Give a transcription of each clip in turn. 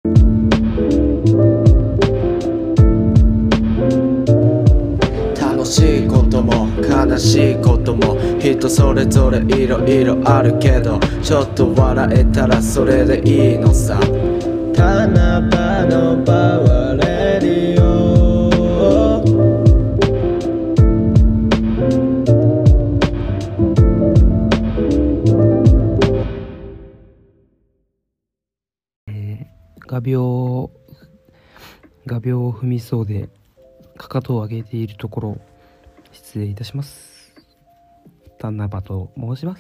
楽しいことも悲しいことも人それぞれいろいろあるけど、ちょっと笑えたらそれでいいのさ。七夕のパワーレディオ。 画鋲を踏みそうでかかとを上げているところ、失礼いたします。タナバと申します。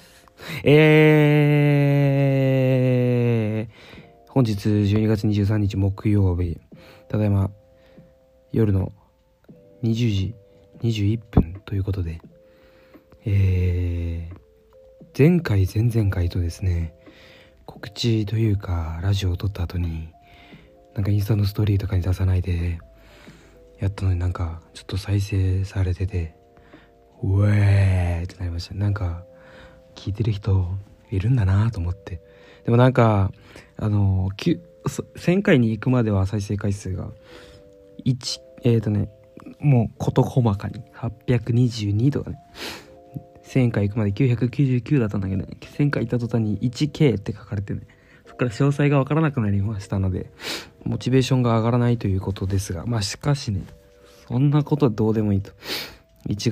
本日12月23日木曜日、ただいま夜の20時21分ということで、前回前々回とですね、告知というかラジオを撮った後になんかインスタのストーリーとかに出さないでやったのに、なんかちょっと再生されててうえーってなりました。なんか聞いてる人いるんだなと思って。でもなんか1000回に行くまでは再生回数がもう事細かに822とかね、1000回行くまで999だったんだけど、ね、1000回行った途端に 1K って書かれてね、そこから詳細がわからなくなりましたので、モチベーションが上がらないということですが、まあしかしね、そんなことはどうでもいいと。12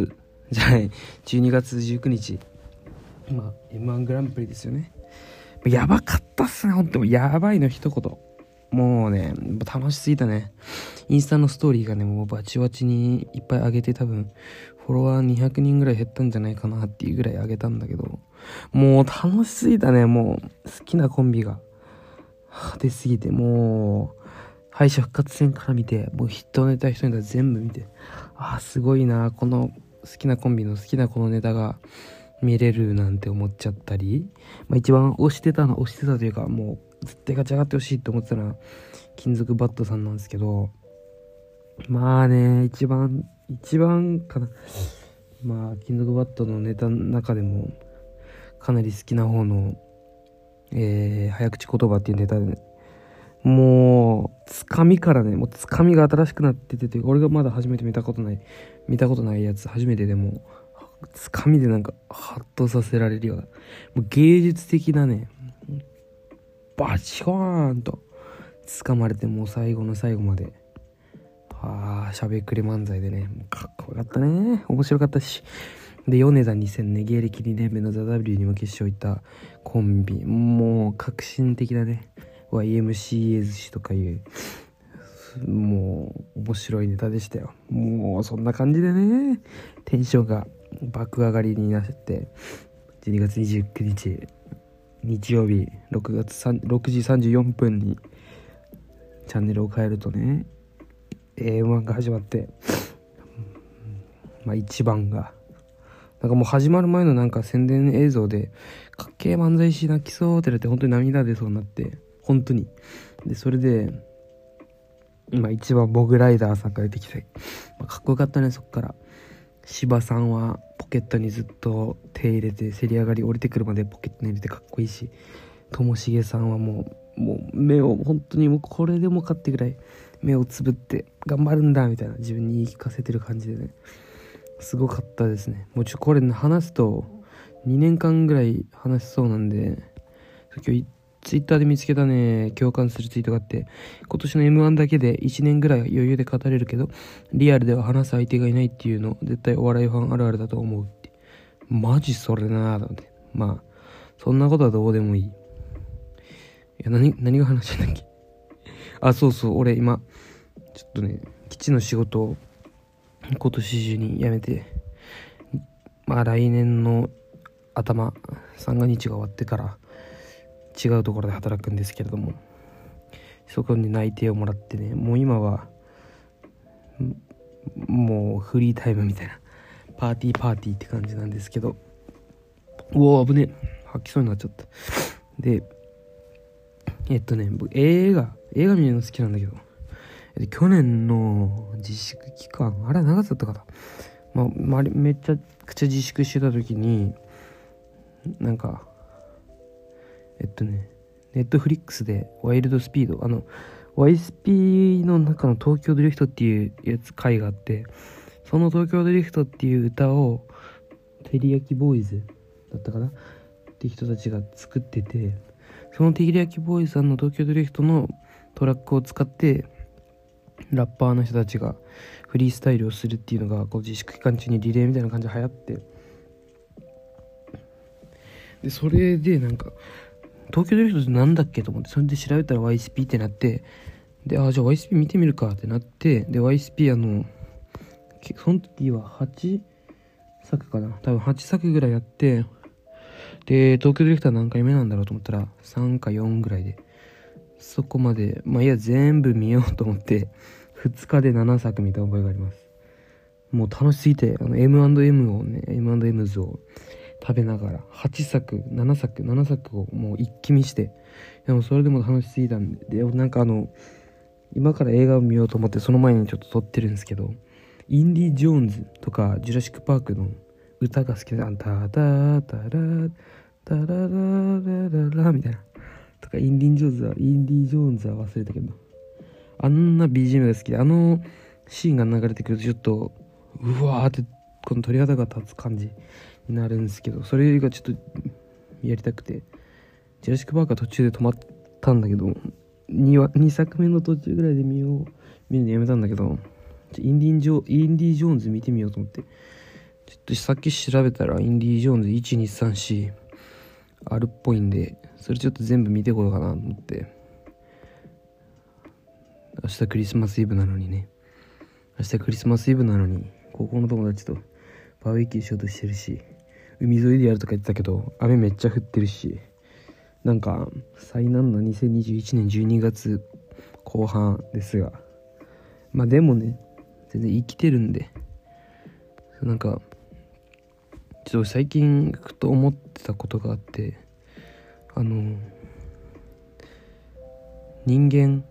月19日、M1 グランプリですよね。やばかったっすね、ほんと。やばいの一言。もうね、楽しすぎたね。インスタのストーリーがね、もうバチバチにいっぱい上げて、多分フォロワー200人ぐらい減ったんじゃないかなっていうぐらい上げたんだけど、もう楽しすぎたね。もう好きなコンビが出すぎて、もう敗者復活戦から見て、もう一ネタ全部見て、すごいな、この好きなコンビの好きなこのネタが見れるなんて思っちゃったり、一番推してたというか、もう絶対勝ち上がってほしいと思ってたのは金属バットさんなんですけど、まあね、一番かな。金属バットのネタの中でもかなり好きな方の、早口言葉っていうネタで、ね、もうつかみからね、もうつかみが新しくなってて、俺がまだ初めて見たことないやつ、初めてでもつかみでなんかハッとさせられるような、もう芸術的なね、バチコーンとつかまれて、もう最後の最後までしゃべくり漫才でね、かっこよかったね。面白かったし。で、米田2000ね、芸歴2年目のザ・ W にも決勝行ったコンビ、もう革新的だね。YMCA 寿司とかいう、もう面白いネタでしたよ。もうそんな感じでね、テンションが爆上がりになって12月29日日曜日6時34分にチャンネルを変えるとね、M1 が始まって、一番がなんかもう始まる前のなんか宣伝映像で、かっけえ漫才師泣きそうってなって、本当に涙出そうになって、本当に。で、それで一番モグライダーさんが出てきて、かっこよかったね。そっから芝さんはポケットにずっと手入れて、せり上がり降りてくるまでポケットに入れてかっこいいし、ともしげさんはもう目を本当にもうこれでもかってぐらい目をつぶって頑張るんだみたいな、自分に言い聞かせてる感じでね、すごかったですね。もうこれ話すと2年間ぐらい話しそうなんで、今日ツイッターで見つけたね、共感するツイートがあって、今年の M1 だけで1年ぐらい余裕で語れるけど、リアルでは話す相手がいないっていうの、絶対お笑いファンあるあるだと思うって。マジそれなーだって。そんなことはどうでもいい。いや、何が話したんだっけ。そうそう、俺今ちょっとね、基地の仕事を今年中に辞めて、来年の頭三が日が終わってから違うところで働くんですけれども、そこに内定をもらってね、もう今はもうフリータイムみたいな、パーティーって感じなんですけど、危ねえ、吐きそうになっちゃった。で、僕映画見るの好きなんだけど、去年の自粛期間、あれ長かったかな、めっちゃくちゃ自粛してた時に、なんかネットフリックスでワイルドスピード、YSP の中の東京ドリフトっていう回があって、その東京ドリフトっていう歌をテリヤキボーイズだったかなって人たちが作ってて、そのテリヤキボーイズさんの東京ドリフトのトラックを使ってラッパーの人たちがフリースタイルをするっていうのがこう自粛期間中にリレーみたいな感じで流行って、でそれでなんか東京ドリフトってなんだっけと思って、それで調べたら YSP ってなって、でじゃあ YSP 見てみるかってなって、で YSP その時は8作かな、多分8作ぐらいやって、で東京ドリフトは何回目なんだろうと思ったら3か4ぐらいで、そこまで全部見ようと思って2日で7作見た覚えがあります。もう楽しすぎてM&M をね M&M's を食べながら7作をもう一気見して、でもそれでも楽しすぎたんで、なんか今から映画を見ようと思ってその前にちょっと撮ってるんですけど、インディ・ジョーンズとかジュラシック・パークの歌が好きで、タタタラタラララララみたいなとか、インディ・ジョーンズは忘れたけど、あんな BGM が好きで、シーンが流れてくるとちょっとうわーってこの鳥肌が立つ感じになるんですけど、それがちょっとやりたくて、ジュラシック・パークは途中で止まったんだけど、2作目の途中ぐらいで見るのやめたんだけど、インディ・ジョーンズ見てみようと思って、ちょっとさっき調べたらインディ・ジョーンズ1234あるっぽいんで、それちょっと全部見てこようかなと思って。明日クリスマスイブなのに高校の友達とバーベキューしようとしてるし、海沿いでやるとか言ってたけど雨めっちゃ降ってるし、なんか災難な2021年12月後半ですが、でもね全然生きてるんで、なんかちょっと最近ふと思ってたことがあって、人間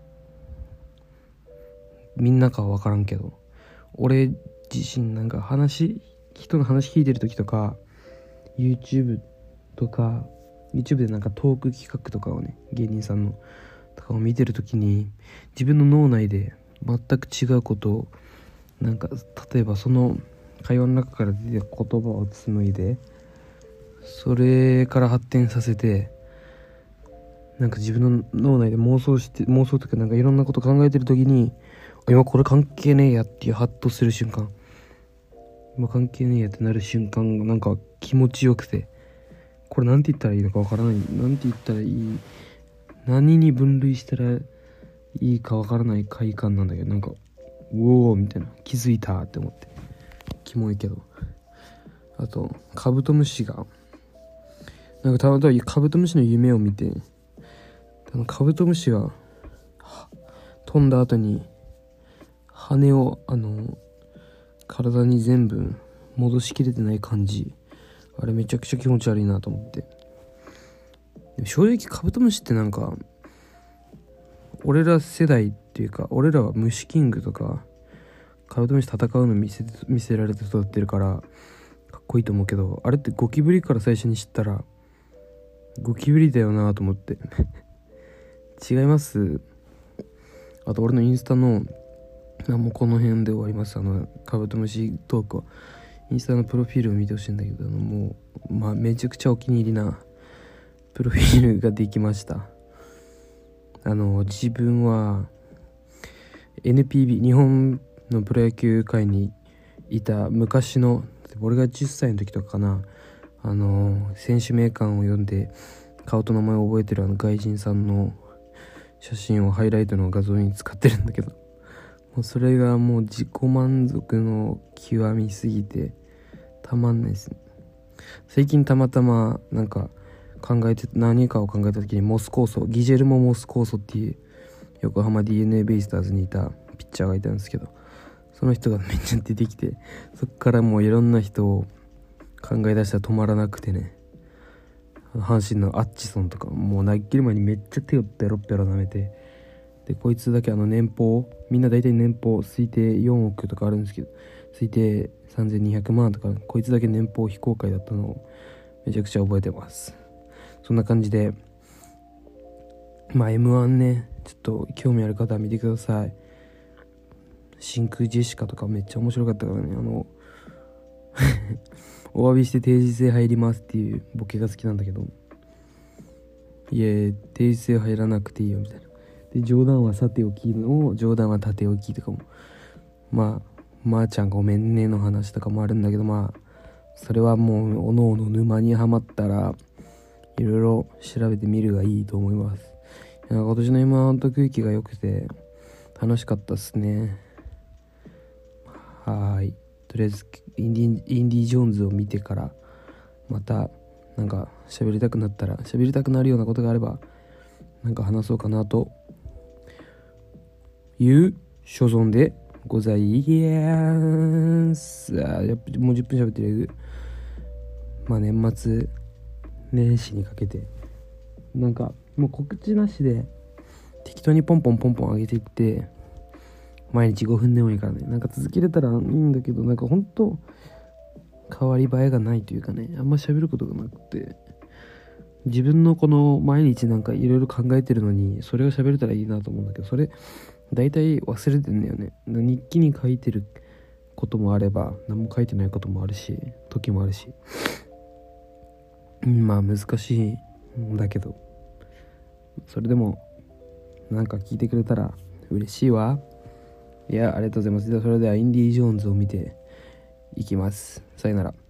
みんなかは分からんけど、俺自身なんか人の話聞いてる時とか YouTube でなんかトーク企画とかをね、芸人さんのとかを見てる時に、自分の脳内で全く違うことを、なんか例えばその会話の中から出てく言葉を紡いで、それから発展させて、なんか自分の脳内で妄想とかなんかいろんなこと考えてる時に、今これ関係ねえやっていうハッとする瞬間、今関係ねえやってなる瞬間がなんか気持ちよくて、これなんて言ったらいいのかわからない、なんて言ったらいい、何に分類したらいいかわからない快感なんだけど、なんかうおーみたいな、気づいたって思って、キモいけど。あとカブトムシがなんかたまたまカブトムシの夢を見て、カブトムシが飛んだ後に羽を体に全部戻しきれてない感じ、あれめちゃくちゃ気持ち悪いなと思って。でも正直カブトムシってなんか俺ら世代っていうか、俺らは虫キングとかカブトムシ戦うの見せられて育ってるからかっこいいと思うけど、あれってゴキブリから最初に知ったらゴキブリだよなと思って違います。あと俺のインスタのもうこの辺で終わります。カブトムシトークはインスタのプロフィールを見てほしいんだけど、もうめちゃくちゃお気に入りなプロフィールができました。自分は NPB 日本のプロ野球界にいた昔の、俺が10歳の時とかかな、選手名鑑を読んで顔と名前を覚えてる外人さんの写真をハイライトの画像に使ってるんだけど、もうそれがもう自己満足の極みすぎてたまんないですね。最近たまたまなんか何かを考えた時にギジェルモ・モスコーソっていう横浜 DNA ベイスターズにいたピッチャーがいたんですけど、その人がめっちゃ出てきて、そっからもういろんな人を考え出したら止まらなくてね、阪神のアッチソンとかもう投げる前にめっちゃ手をペロペロ舐めて、でこいつだけ年俸、みんな大体年俸推定4億とかあるんですけど、推定3200万とか、こいつだけ年俸非公開だったのをめちゃくちゃ覚えてます。そんな感じでまあ M1 ね、ちょっと興味ある方は見てください。真空ジェシカとかめっちゃ面白かったからね。お詫びして定時制入りますっていうボケが好きなんだけど、いや定時制入らなくていいよみたいな。で冗談はさておきの冗談は縦置きとかも、まあちゃんごめんねの話とかもあるんだけど、まあそれはもうおのおの沼にはまったらいろいろ調べてみるがいいと思います。いや今年の M1 と空気が良くて楽しかったっすね。とりあえずインディ・ジョーンズを見てからまたなんか喋りたくなるようなことがあればなんか話そうかなという所存でございます。やっぱもう10分喋ってる。まあ年末年始にかけてなんかもう告知なしで適当にポンポン上げていって毎日5分でもいいからね、なんか続けれたらいいんだけど、なんかほんと変わり映えがないというかね、あんま喋ることがなくて、自分のこの毎日なんかいろいろ考えてるのにそれが喋れたらいいなと思うんだけど、それ大体忘れてんだよね。日記に書いてることもあれば何も書いてないこともあるし時もあるし、まあ難しいんだけど、それでもなんか聞いてくれたら嬉しいわ。いやありがとうございます。それではインディ・ジョーンズを見ていきます。さよなら。